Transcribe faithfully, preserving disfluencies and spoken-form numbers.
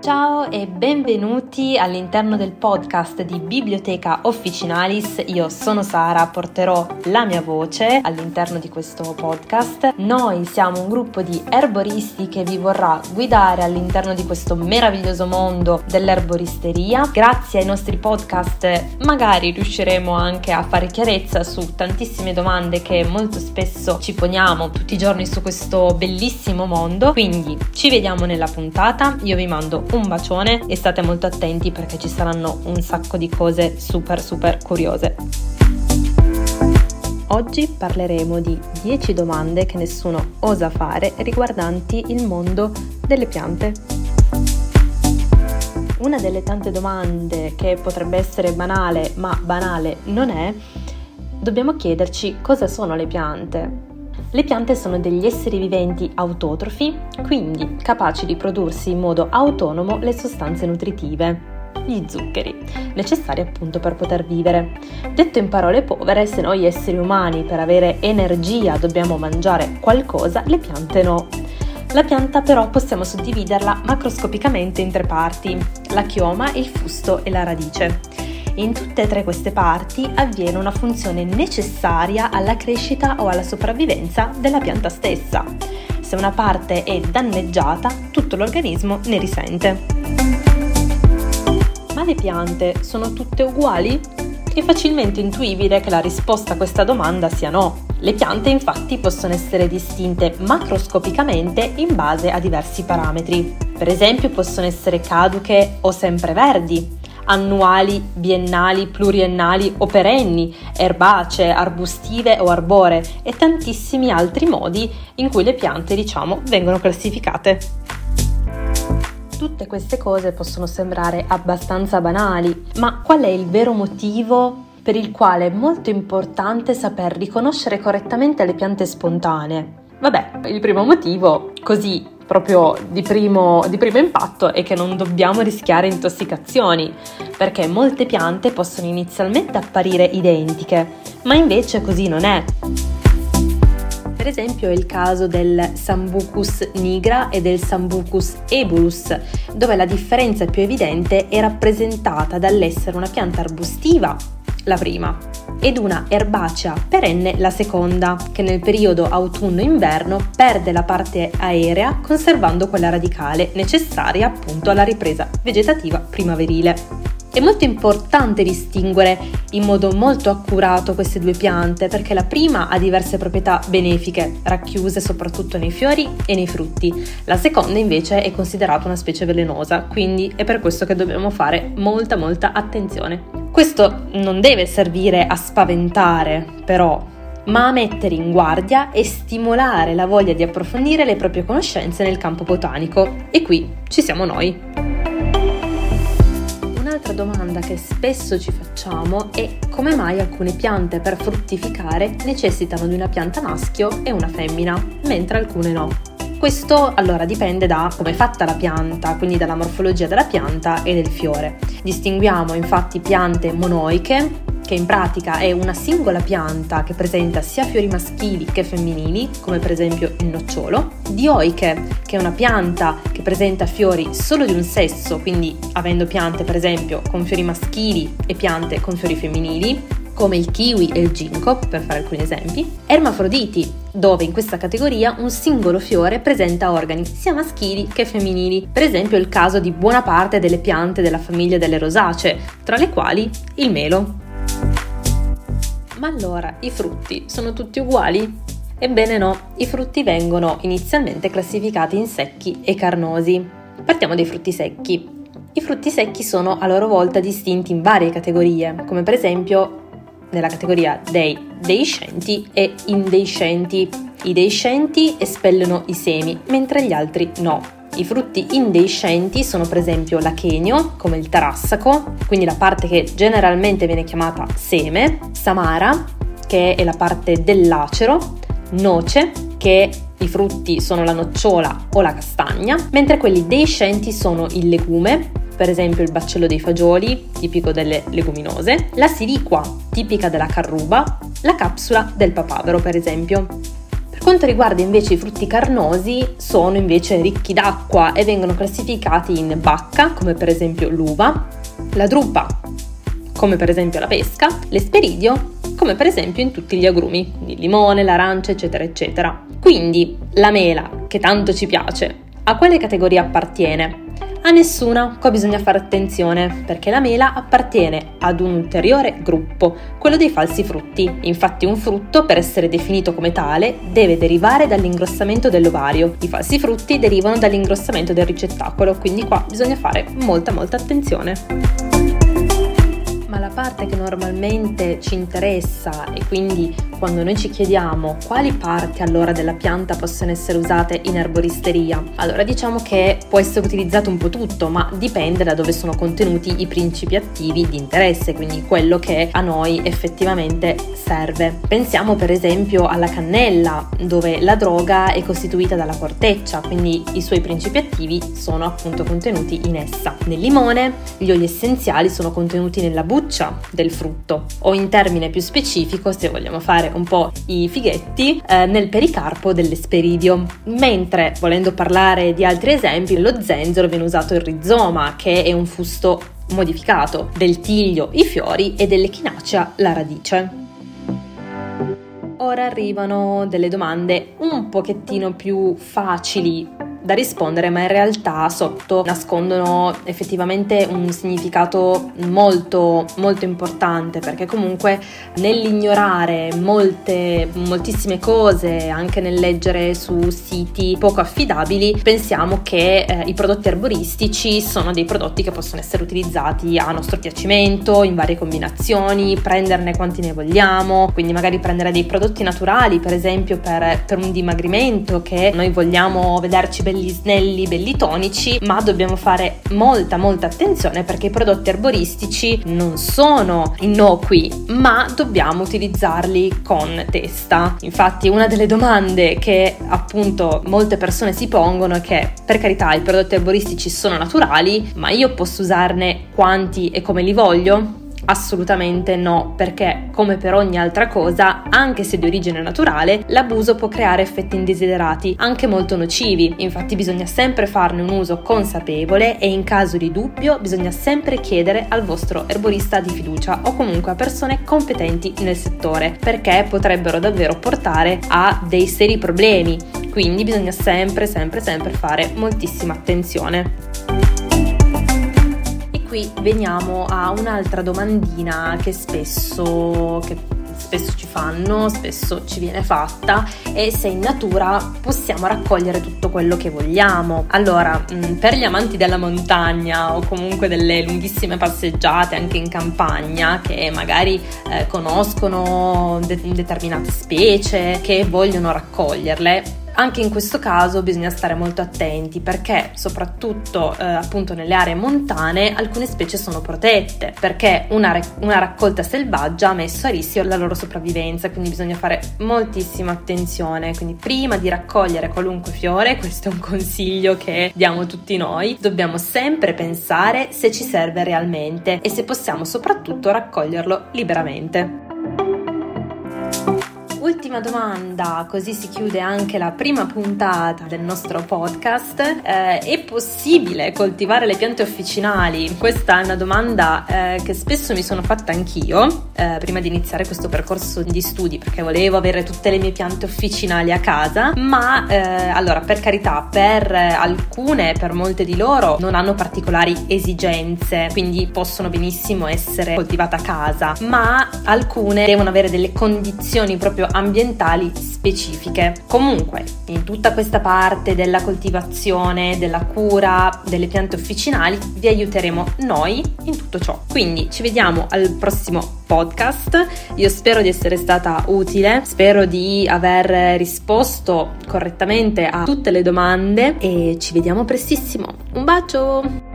Ciao e benvenuti all'interno del podcast di Biblioteca Officinalis. Io sono Sara, porterò la mia voce all'interno di questo podcast. Noi siamo un gruppo di erboristi che vi vorrà guidare all'interno di questo meraviglioso mondo dell'erboristeria. Grazie ai nostri podcast magari riusciremo anche a fare chiarezza su tantissime domande che molto spesso ci poniamo tutti i giorni su questo bellissimo mondo. Quindi ci vediamo nella puntata, io vi mando un bacione e state molto attenti perché ci saranno un sacco di cose super super curiose. Oggi parleremo di dieci domande che nessuno osa fare riguardanti il mondo delle piante. Una delle tante domande che potrebbe essere banale, ma banale non è, dobbiamo chiederci cosa sono le piante. Le piante sono degli esseri viventi autotrofi, quindi capaci di prodursi in modo autonomo le sostanze nutritive, gli zuccheri, necessari appunto per poter vivere. Detto in parole povere, se noi esseri umani per avere energia dobbiamo mangiare qualcosa, le piante no. La pianta però possiamo suddividerla macroscopicamente in tre parti: la chioma, il fusto e la radice. In tutte e tre queste parti avviene una funzione necessaria alla crescita o alla sopravvivenza della pianta stessa. Se una parte è danneggiata, tutto l'organismo ne risente. Ma le piante sono tutte uguali? È facilmente intuibile che la risposta a questa domanda sia no. Le piante infatti possono essere distinte macroscopicamente in base a diversi parametri. Per esempio possono essere caduche o sempreverdi, annuali, biennali, pluriennali o perenni, erbacee, arbustive o arboree e tantissimi altri modi in cui le piante, diciamo, vengono classificate. Tutte queste cose possono sembrare abbastanza banali, ma qual è il vero motivo per il quale è molto importante saper riconoscere correttamente le piante spontanee? Vabbè, il primo motivo, così proprio di primo, di primo impatto, è che non dobbiamo rischiare intossicazioni, perché molte piante possono inizialmente apparire identiche, ma invece così non è. Per esempio è il caso del Sambucus nigra e del Sambucus ebulus, dove la differenza più evidente è rappresentata dall'essere una pianta arbustiva, la prima, ed una erbacea perenne, la seconda, che nel periodo autunno-inverno perde la parte aerea conservando quella radicale, necessaria appunto alla ripresa vegetativa primaverile. È molto importante distinguere in modo molto accurato queste due piante perché la prima ha diverse proprietà benefiche, racchiuse soprattutto nei fiori e nei frutti. La seconda invece è considerata una specie velenosa, quindi è per questo che dobbiamo fare molta molta attenzione. Questo non deve servire a spaventare, però, ma a mettere in guardia e stimolare la voglia di approfondire le proprie conoscenze nel campo botanico. E qui ci siamo noi. Un'altra domanda che spesso ci facciamo è come mai alcune piante per fruttificare necessitano di una pianta maschio e una femmina, mentre alcune no. Questo allora dipende da come è fatta la pianta, quindi dalla morfologia della pianta e del fiore. Distinguiamo infatti piante monoiche, che in pratica è una singola pianta che presenta sia fiori maschili che femminili, come per esempio il nocciolo, dioiche, che è una pianta che presenta fiori solo di un sesso, quindi avendo piante per esempio con fiori maschili e piante con fiori femminili, come il kiwi e il ginkgo, per fare alcuni esempi, ermafroditi, dove in questa categoria un singolo fiore presenta organi sia maschili che femminili, per esempio il caso di buona parte delle piante della famiglia delle rosacee, tra le quali il melo. Ma allora, i frutti sono tutti uguali? Ebbene no, i frutti vengono inizialmente classificati in secchi e carnosi. Partiamo dai frutti secchi. I frutti secchi sono a loro volta distinti in varie categorie, come per esempio nella categoria dei deiscenti e indeiscenti. I deiscenti espellono i semi, mentre gli altri no. I frutti indeiscenti sono per esempio l'achenio, come il tarassaco, quindi la parte che generalmente viene chiamata seme, samara, che è la parte del lacero, noce, che i frutti sono la nocciola o la castagna, mentre quelli deiscenti sono il legume, per esempio il baccello dei fagioli, tipico delle leguminose, la siliqua, tipica della carruba, la capsula del papavero, per esempio. Per Quanto riguarda invece i frutti carnosi, sono invece ricchi d'acqua e vengono classificati in bacca, come per esempio l'uva, la drupa, come per esempio la pesca, l'esperidio, come per esempio in tutti gli agrumi, il limone, l'arancia, eccetera, eccetera. Quindi la mela, che tanto ci piace, a quale categoria appartiene? A nessuna. Qua bisogna fare attenzione, perché la mela appartiene ad un ulteriore gruppo, quello dei falsi frutti. Infatti un frutto, per essere definito come tale, deve derivare dall'ingrossamento dell'ovario. I falsi frutti derivano dall'ingrossamento del ricettacolo, quindi qua bisogna fare molta molta attenzione. Ma la parte che normalmente ci interessa, e quindi quando noi ci chiediamo quali parti allora della pianta possono essere usate in erboristeria, allora diciamo che può essere utilizzato un po' tutto, ma dipende da dove sono contenuti i principi attivi di interesse, quindi quello che a noi effettivamente serve. Pensiamo per esempio alla cannella, dove la droga è costituita dalla corteccia, quindi i suoi principi attivi sono appunto contenuti in essa. Nel limone gli oli essenziali sono contenuti nella buccia del frutto, o in termine più specifico, se vogliamo fare un po' i fighetti, eh, nel pericarpo dell'esperidio. Mentre, volendo parlare di altri esempi, nello zenzero viene usato il rizoma, che è un fusto modificato, del tiglio i fiori e dell'echinacea la radice. Ora arrivano delle domande un pochettino più facili da rispondere, ma in realtà sotto nascondono effettivamente un significato molto molto importante, perché comunque nell'ignorare molte moltissime cose, anche nel leggere su siti poco affidabili, pensiamo che eh, i prodotti erboristici sono dei prodotti che possono essere utilizzati a nostro piacimento in varie combinazioni, prenderne quanti ne vogliamo, quindi magari prendere dei prodotti naturali, per esempio per, per un dimagrimento, che noi vogliamo vederci belli snelli, belli tonici, ma dobbiamo fare molta molta attenzione, perché i prodotti erboristici non sono innocui, ma dobbiamo utilizzarli con testa. Infatti una delle domande che appunto molte persone si pongono è che, per carità, i prodotti erboristici sono naturali, ma io posso usarne quanti e come li voglio? Assolutamente no, perché come per ogni altra cosa, anche se di origine naturale, l'abuso può creare effetti indesiderati, anche molto nocivi. Infatti bisogna sempre farne un uso consapevole e in caso di dubbio bisogna sempre chiedere al vostro erborista di fiducia o comunque a persone competenti nel settore, perché potrebbero davvero portare a dei seri problemi. Quindi bisogna sempre sempre sempre fare moltissima attenzione. Qui veniamo a un'altra domandina che spesso, che spesso ci fanno, spesso ci viene fatta, e se in natura possiamo raccogliere tutto quello che vogliamo. Allora, per gli amanti della montagna o comunque delle lunghissime passeggiate anche in campagna, che magari eh, conoscono de- determinate specie, che vogliono raccoglierle, anche in questo caso bisogna stare molto attenti, perché soprattutto eh, appunto nelle aree montane alcune specie sono protette, perché una, re- una raccolta selvaggia ha messo a rischio la loro sopravvivenza, quindi bisogna fare moltissima attenzione. Quindi prima di raccogliere qualunque fiore, questo è un consiglio che diamo tutti noi, dobbiamo sempre pensare se ci serve realmente e se possiamo soprattutto raccoglierlo liberamente. Ultima domanda, così si chiude anche la prima puntata del nostro podcast. Eh, è possibile coltivare le piante officinali? Questa è una domanda eh, che spesso mi sono fatta anch'io eh, prima di iniziare questo percorso di studi, perché volevo avere tutte le mie piante officinali a casa, ma eh, allora, per carità, per alcune, per molte di loro non hanno particolari esigenze, quindi possono benissimo essere coltivate a casa, ma alcune devono avere delle condizioni proprio ambientali specifiche. Comunque, in tutta questa parte della coltivazione, della cura delle piante officinali, vi aiuteremo noi in tutto ciò. Quindi ci vediamo al prossimo podcast. Io spero di essere stata utile, spero di aver risposto correttamente a tutte le domande e ci vediamo prestissimo. Un bacio!